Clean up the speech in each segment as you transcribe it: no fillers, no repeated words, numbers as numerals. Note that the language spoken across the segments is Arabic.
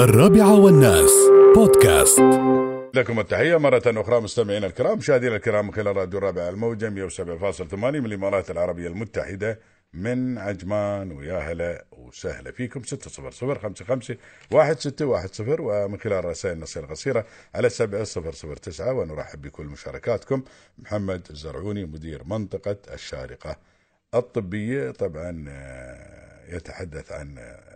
الرابعة بودكاست. لكم التحية مرة أخرى مستمعينا الكرام، مشاهدينا الكرام من خلال راديو الرابعة الموجة 107.8 من الإمارات العربية المتحدة من عجمان، ويا هلا وسهلا فيكم. 600551610 ومن خلال رسائل النصية القصيرة على 7009. ونرحب بكل مشاركاتكم. محمد الزرعوني مدير منطقة الشارقة الطبية، طبعا يتحدث عن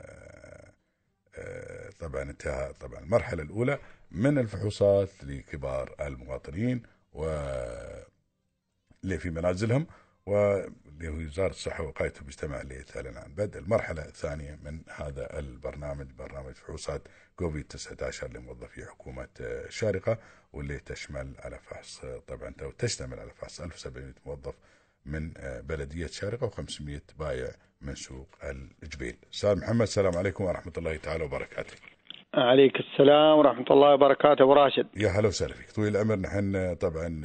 طبعا انتهى المرحلة الأولى من الفحوصات لكبار المواطنين واللي في منازلهم، ولوزارة الصحة ووقاية المجتمع اللي تعلن عن بدء المرحلة الثانية من هذا البرنامج، برنامج فحوصات كوفيد-19 لموظفي حكومة الشارقة، واللي تشمل على فحص طبعا تشتمل على فحص 1700 موظف من بلدية شارقة و500 بائع من سوق الجبيل. سلام محمد، السلام عليكم ورحمة الله تعالى وبركاته. عليك السلام ورحمة الله وبركاته أبو راشد. يا هلا وسهلا فيك طويل العمر. نحن طبعا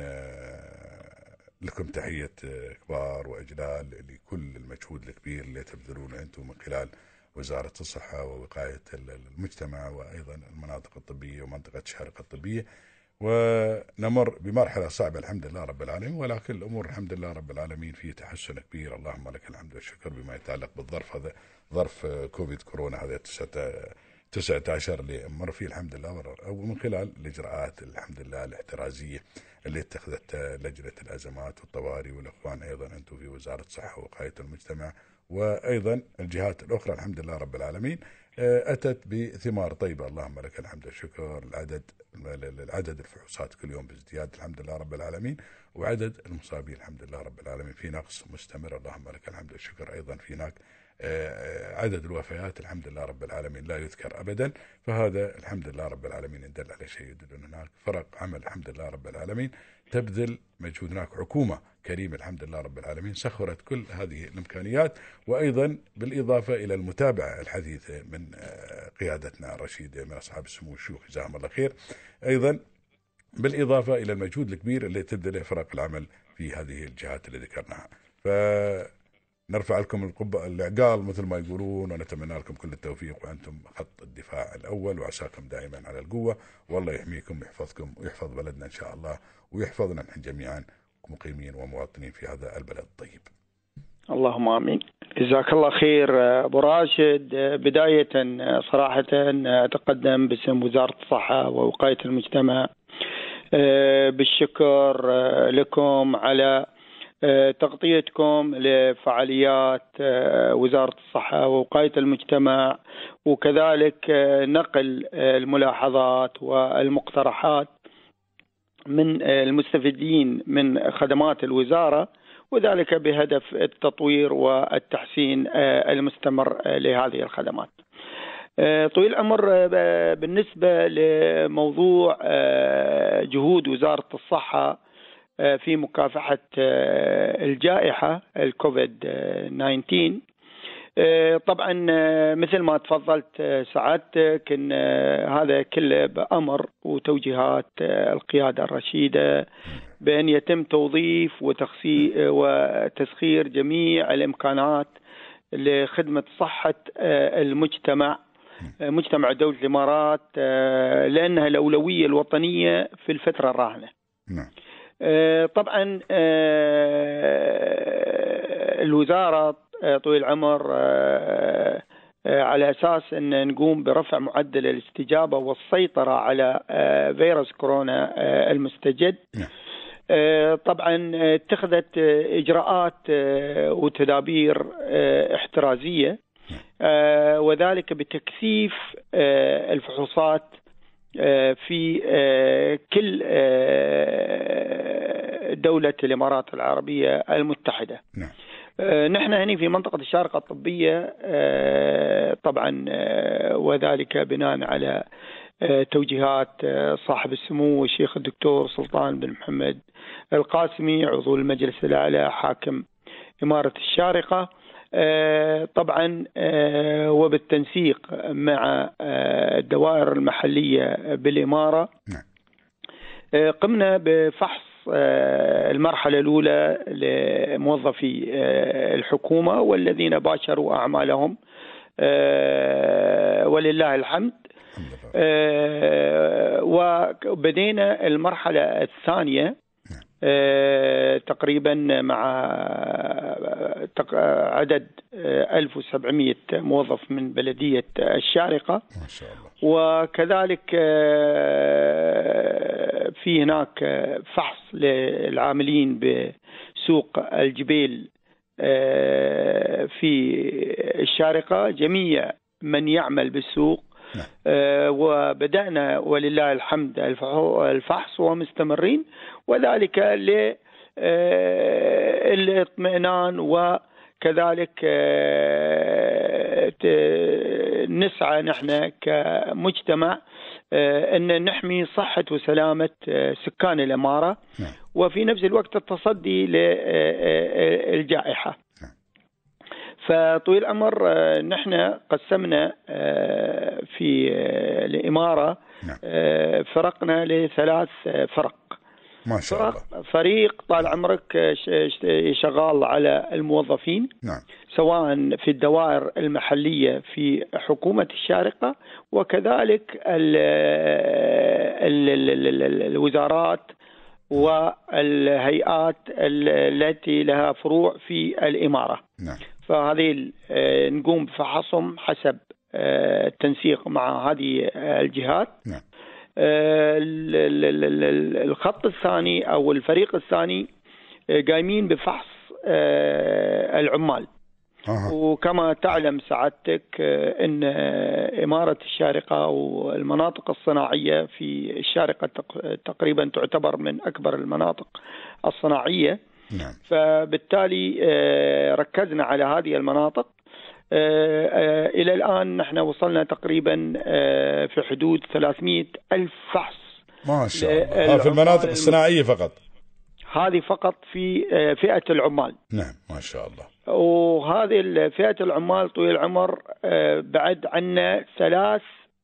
لكم تحية كبار وإجلال لكل المجهود الكبير اللي تبذلونه أنتم من خلال وزارة الصحة ووقاية المجتمع، وأيضا المناطق الطبية ومنطقة الشارقة الطبية. ونمر بمرحلة صعبة الحمد لله رب العالمين، ولكن الأمور الحمد لله رب العالمين في تحسن كبير، اللهم لك الحمد والشكر بما يتعلق بالظرف هذا، ظرف كوفيد كورونا هذا 19 اللي مر فيه الحمد لله، ومن خلال الإجراءات الحمد لله الاحترازية اللي اتخذت لجنة الأزمات والطوارئ، والأخوان أيضا أنتم في وزارة الصحة ووقاية المجتمع، وأيضا الجهات الأخرى الحمد لله رب العالمين أتت بثمار طيبة، اللهم لك الحمد والشكر. العدد الفحوصات كل يوم بازدياد الحمد لله رب العالمين، وعدد المصابين الحمد لله رب العالمين في نقص مستمر، اللهم لك الحمد والشكر. أيضا في هناك عدد الوفيات الحمد لله رب العالمين لا يذكر أبدا، فهذا الحمد لله رب العالمين إن دل على شيء يدل هناك فرق عمل الحمد لله رب العالمين، تبذل مجهود. هناك حكومة كريمة الحمد لله رب العالمين سخرت كل هذه الإمكانيات، وأيضا بالإضافة إلى المتابعة الحديثة من قيادتنا الرشيدة من أصحاب السمو الشيوخ جزاهم الله خير، أيضا بالإضافة إلى المجهود الكبير اللي تبذله فرق العمل في هذه الجهات اللي ذكرناها. نرفع لكم العقال مثل ما يقولون، ونتمنى لكم كل التوفيق، وأنتم خط الدفاع الأول، وعساكم دائما على القوة، والله يحميكم ويحفظكم ويحفظ بلدنا إن شاء الله، ويحفظنا نحن جميعا مقيمين ومواطنين في هذا البلد الطيب. اللهم آمين. جزاك الله خير أبو راشد. بداية صراحة أتقدم باسم وزارة الصحة ووقاية المجتمع بالشكر لكم على تغطيتكم لفعاليات وزارة الصحة ووقاية المجتمع، وكذلك نقل الملاحظات والمقترحات من المستفيدين من خدمات الوزارة، وذلك بهدف التطوير والتحسين المستمر لهذه الخدمات. طويل العمر، بالنسبة لموضوع جهود وزارة الصحة في مكافحة الجائحة الكوفيد 19، طبعا مثل ما تفضلت سعادتك ان هذا كله بأمر وتوجيهات القيادة الرشيدة بأن يتم توظيف وتسخير جميع الإمكانات لخدمة صحة المجتمع، مجتمع دولة الإمارات، لأنها الأولوية الوطنية في الفترة الراهنة. طبعا الوزارة طويل العمر على أساس أن نقوم برفع معدل الاستجابة والسيطرة على فيروس كورونا المستجد، طبعا اتخذت إجراءات وتدابير احترازية، وذلك بتكثيف الفحوصات في كل دولة الإمارات العربية المتحدة. نحن هنا في منطقة الشارقة الطبية طبعا، وذلك بناء على توجيهات صاحب السمو الشيخ الدكتور سلطان بن محمد القاسمي عضو المجلس الأعلى حاكم إمارة الشارقة، طبعا وبالتنسيق مع الدوائر المحلية بالإمارة قمنا بفحص المرحلة الأولى لموظفي الحكومة والذين باشروا أعمالهم ولله الحمد. وبدينا المرحلة الثانية تقريبا مع عدد 1700 موظف من بلدية الشارقة ما شاء الله. وكذلك في هناك فحص للعاملين بسوق الجبيل في الشارقة، جميع من يعمل بالسوق. وبدأنا ولله الحمد الفحص ومستمرين، وذلك للاطمئنان، وكذلك نسعى نحن كمجتمع أن نحمي صحة وسلامة سكان الإمارة، وفي نفس الوقت التصدي للجائحة. فطويل الأمر نحن قسمنا في الإمارة فرقنا لثلاث فرق. ما شاء الله. فريق طال عمرك شغال على الموظفين، سواء في الدوائر المحلية في حكومة الشارقة، وكذلك الوزارات والهيئات التي لها فروع في الإمارة. فهذه نقوم بفحصهم حسب التنسيق مع هذه الجهات. الخط الثاني أو الفريق الثاني قايمين بفحص العمال. وكما تعلم سعادتك أن إمارة الشارقة والمناطق الصناعية في الشارقة تقريبا تعتبر من أكبر المناطق الصناعية. فبالتالي ركزنا على هذه المناطق. إلى الآن نحن وصلنا تقريبا في حدود 300 ألف فحص. ما شاء الله. في المناطق الصناعية فقط؟ هذه فقط في فئة العمال. نعم ما شاء الله. وهذه فئة العمال طويل العمر بعد عنا ثلاث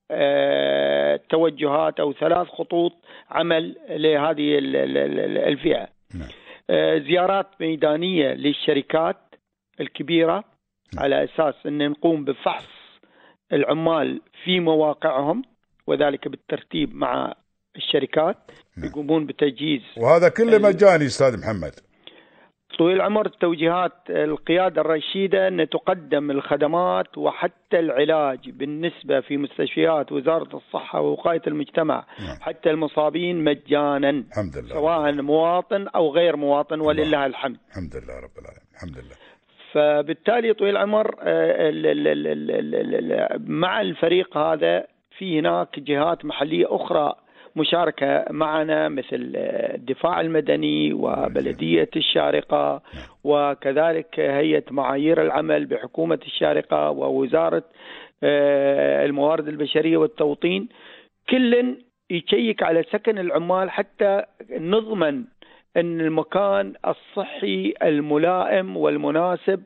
توجهات أو ثلاث خطوط عمل لهذه الفئة. زيارات ميدانية للشركات الكبيرة على أساس أن نقوم بفحص العمال في مواقعهم، وذلك بالترتيب مع الشركات يقومون بتجهيز. وهذا كله مجاني أستاذ محمد؟ طويل العمر توجيهات القيادة الرشيدة أن تقدم الخدمات وحتى العلاج بالنسبة في مستشفيات وزارة الصحة ووقاية المجتمع حتى المصابين مجانا، الحمد لله، سواء مواطن أو غير مواطن، ولله الحمد. الحمد لله رب العالمين، الحمد لله. فبالتالي طويل العمر مع الفريق هذا في هناك جهات محلية أخرى مشاركة معنا، مثل الدفاع المدني وبلدية الشارقة، وكذلك هيئة معايير العمل بحكومة الشارقة ووزارة الموارد البشرية والتوطين. كل يشيك على سكن العمال حتى نضمن أن المكان الصحي الملائم والمناسب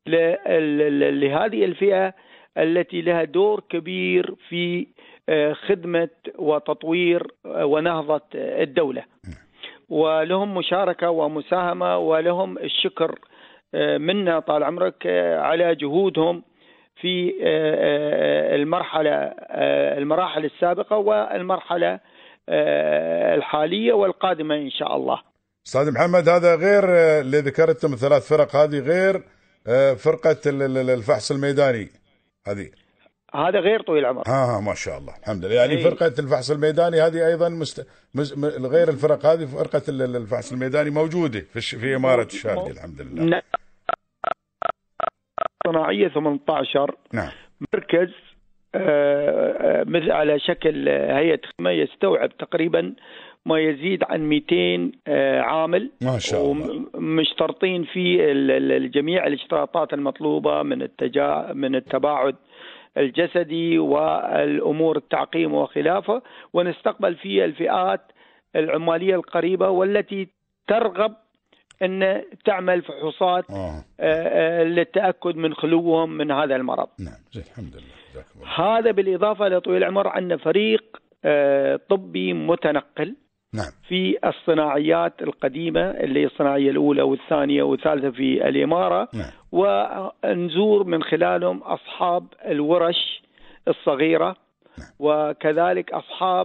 لهذه الفئة التي لها دور كبير في خدمة وتطوير ونهضة الدولة، ولهم مشاركة ومساهمة، ولهم الشكر منا طال عمرك على جهودهم في المراحل السابقة والمرحلة الحالية والقادمة إن شاء الله. أستاذ محمد، هذا غير اللي ذكرتم الثلاث فرق، هذه غير فرقة الفحص الميداني هذا غير طويل العمر. ما شاء الله، الحمد لله. يعني فرقة الفحص الميداني هذه أيضا غير الفرق هذه، فرقة الفحص الميداني موجودة في إمارة الشارقة الحمد لله. صناعية 18 مركز مثل على شكل هيئة خدمة يستوعب تقريبا ما يزيد عن 200 عامل، ما شاء الله، ومشترطين في الجميع الاشتراطات المطلوبة من التباعد الجسدي والأمور التعقيم وخلافه. ونستقبل فيه الفئات العمالية القريبة والتي ترغب أن تعمل فحوصات للتأكد من خلوهم من هذا المرض. نعم الحمد لله. هذا بالإضافة لطويل العمر عندنا فريق طبي متنقل في الصناعيات القديمة اللي هي الصناعية الأولى والثانية والثالثة في الإمارة، ونزور من خلالهم أصحاب الورش الصغيرة وكذلك أصحاب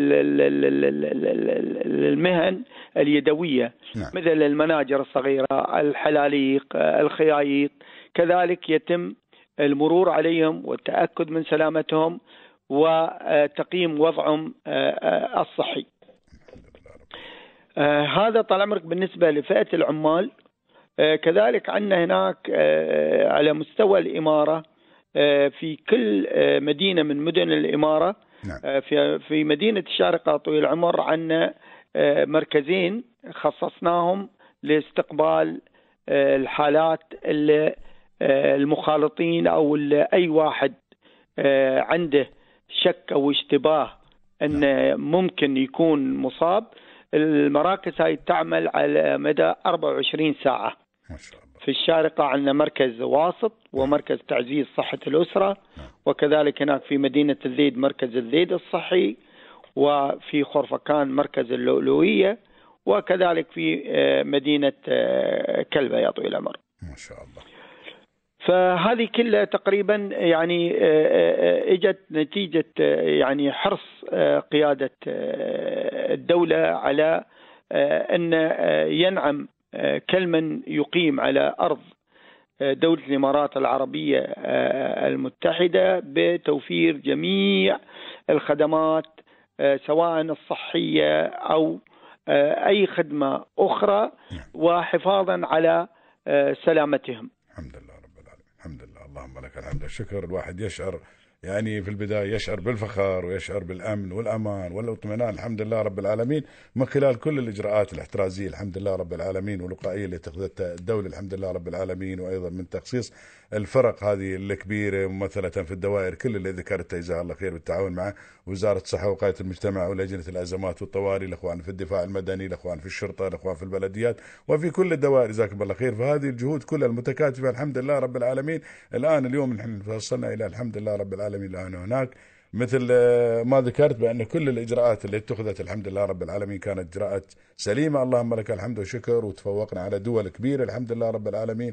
المهن اليدوية مثل المناجر الصغيرة، الحلاليق، الخيايط، كذلك يتم المرور عليهم والتأكد من سلامتهم وتقييم وضعهم الصحي. هذا طال عمرك بالنسبة لفئة العمال. كذلك عندنا هناك على مستوى الإمارة في كل مدينة من مدن الإمارة، في مدينة الشارقة طويل العمر عندنا مركزين خصصناهم لاستقبال الحالات المخالطين أو أي واحد عنده شك أو اشتباه أن ممكن يكون مصاب. المراكز هاي تعمل على مدى 24 ساعة. ما شاء الله. في الشارقة عندنا مركز واسط ومركز تعزيز صحة الأسرة، وكذلك هناك في مدينة الذيد مركز الذيد الصحي، وفي خرفكان مركز اللؤلؤية، وكذلك في مدينة كلبة يا طويل العمر. ما شاء الله. فهذه كلها تقريبا يعني اجت نتيجة يعني حرص قيادة الدولة على أن ينعم كل من يقيم على أرض دولة الإمارات العربية المتحدة بتوفير جميع الخدمات سواء الصحية أو أي خدمة أخرى، وحفاظا على سلامتهم. الحمد لله رب العالمين. الحمد لله، اللهم لك الحمد والشكر. الواحد يشعر يعني في البداية يشعر بالفخر ويشعر بالأمن والأمان والاطمئنان الحمد لله رب العالمين من خلال كل الإجراءات الاحترازية الحمد لله رب العالمين والوقائية اللي اتخذتها الدولة الحمد لله رب العالمين، وأيضا من تخصيص الفرق هذه الكبيرة ممثلة في الدوائر كل اللي ذكرتها جزاه الله خير بالتعاون مع وزارة الصحة ووقاية المجتمع ولجنة الأزمات والطوارئ، الأخوان في الدفاع المدني، الأخوان في الشرطة، الأخوان في البلديات وفي كل الدوائر جزاكم الله خير. فهذه الجهود كلها المتكاتفة الحمد لله رب العالمين. الآن اليوم نحن وصلنا إلى الحمد لله رب العالمين الآن هناك مثل ما ذكرت بأن كل الإجراءات اللي اتخذت الحمد لله رب العالمين كانت إجراءات سليمة، اللهم لك الحمد والشكر، وتفوقنا على دول كبيرة الحمد لله رب العالمين،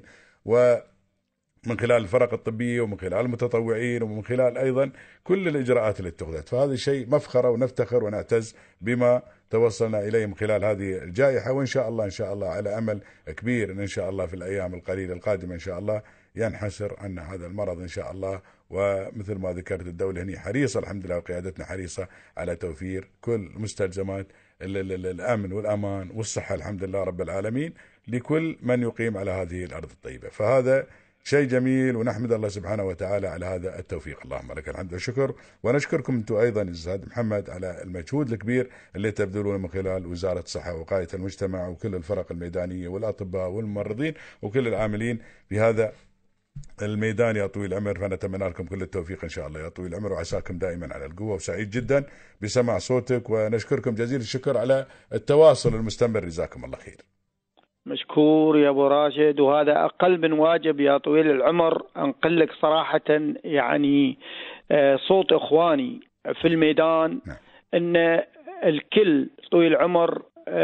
ومن خلال الفرق الطبية ومن خلال المتطوعين ومن خلال أيضا كل الإجراءات اللي اتخذت. فهذا شيء مفخرة ونفتخر ونعتز بما توصلنا إليه من خلال هذه الجائحة، وإن شاء الله إن شاء الله على أمل كبير إن شاء الله في الأيام القليلة القادمة إن شاء الله ينحسر عنا هذا المرض إن شاء الله. ومثل ما ذكرت الدولة هي حريصة الحمد لله وقيادتنا حريصة على توفير كل مستلزمات الأمن والأمان والصحة الحمد لله رب العالمين لكل من يقيم على هذه الأرض الطيبة. فهذا شيء جميل ونحمد الله سبحانه وتعالى على هذا التوفيق، اللهم لك الحمد والشكر. ونشكركم أنتم أيضا أستاذ محمد على المجهود الكبير اللي تبذلونه من خلال وزارة الصحة ووقاية المجتمع وكل الفرق الميدانية والأطباء والممرضين وكل العاملين في هذا الميدان يا طويل العمر. فنتمنى لكم كل التوفيق إن شاء الله يا طويل العمر، وعساكم دائما على القوة، وسعيد جدا بسماع صوتك، ونشكركم جزيل الشكر على التواصل المستمر، جزاكم الله خير. مشكور يا أبو راشد، وهذا أقل من واجب يا طويل العمر. أنقل لك صراحة يعني صوت إخواني في الميدان أن الكل طويل العمر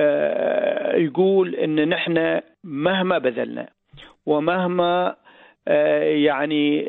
يقول أن نحن مهما بذلنا ومهما يعني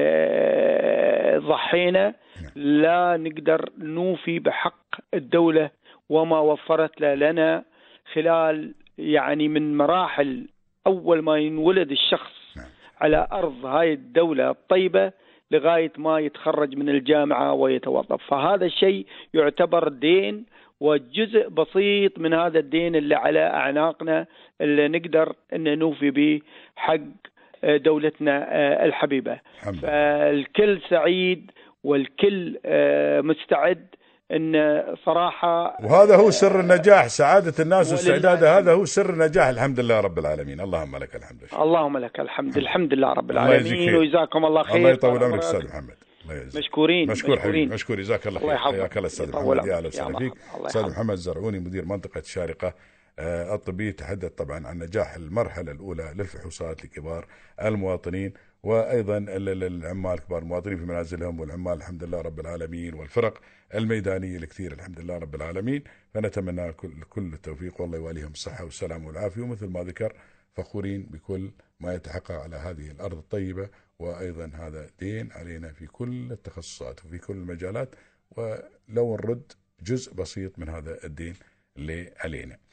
ضحينا لا نقدر نوفي بحق الدولة وما وفرت لنا خلال يعني من مراحل أول ما ينولد الشخص على أرض هاي الدولة الطيبة لغاية ما يتخرج من الجامعة ويتوظف. فهذا الشيء يعتبر دين، وجزء بسيط من هذا الدين اللي على أعناقنا اللي نقدر أن نوفي به حق دولتنا الحبيبة. فالكل سعيد والكل مستعد ان صراحة، وهذا هو سر النجاح، سعادة الناس واستعدادها، هذا هو سر النجاح الحمد لله رب العالمين. اللهم لك الحمد. اللهم لك الحمد. الحمد لله رب العالمين، وجزاكم الله خير. الله يطول عمرك استاذ محمد. مشكورين. مشكور حبيبي، مشكور، جزاك الله خير. حياك الله استاذ محمد. يا اهلا وسهلا فيك. استاذ محمد الزرعوني مدير منطقة الشارقة الطبي تحدث طبعا عن نجاح المرحلة الأولى للفحوصات لكبار المواطنين، وأيضا العمال كبار المواطنين في منازلهم، والعمال الحمد لله رب العالمين، والفرق الميدانية الكثير الحمد لله رب العالمين. فنتمنى كل التوفيق والله يواليهم الصحة والسلام والعافية. ومثل ما ذكر فخورين بكل ما يتحقق على هذه الأرض الطيبة، وأيضا هذا دين علينا في كل التخصصات وفي كل المجالات، ولو نرد جزء بسيط من هذا الدين اللي علينا.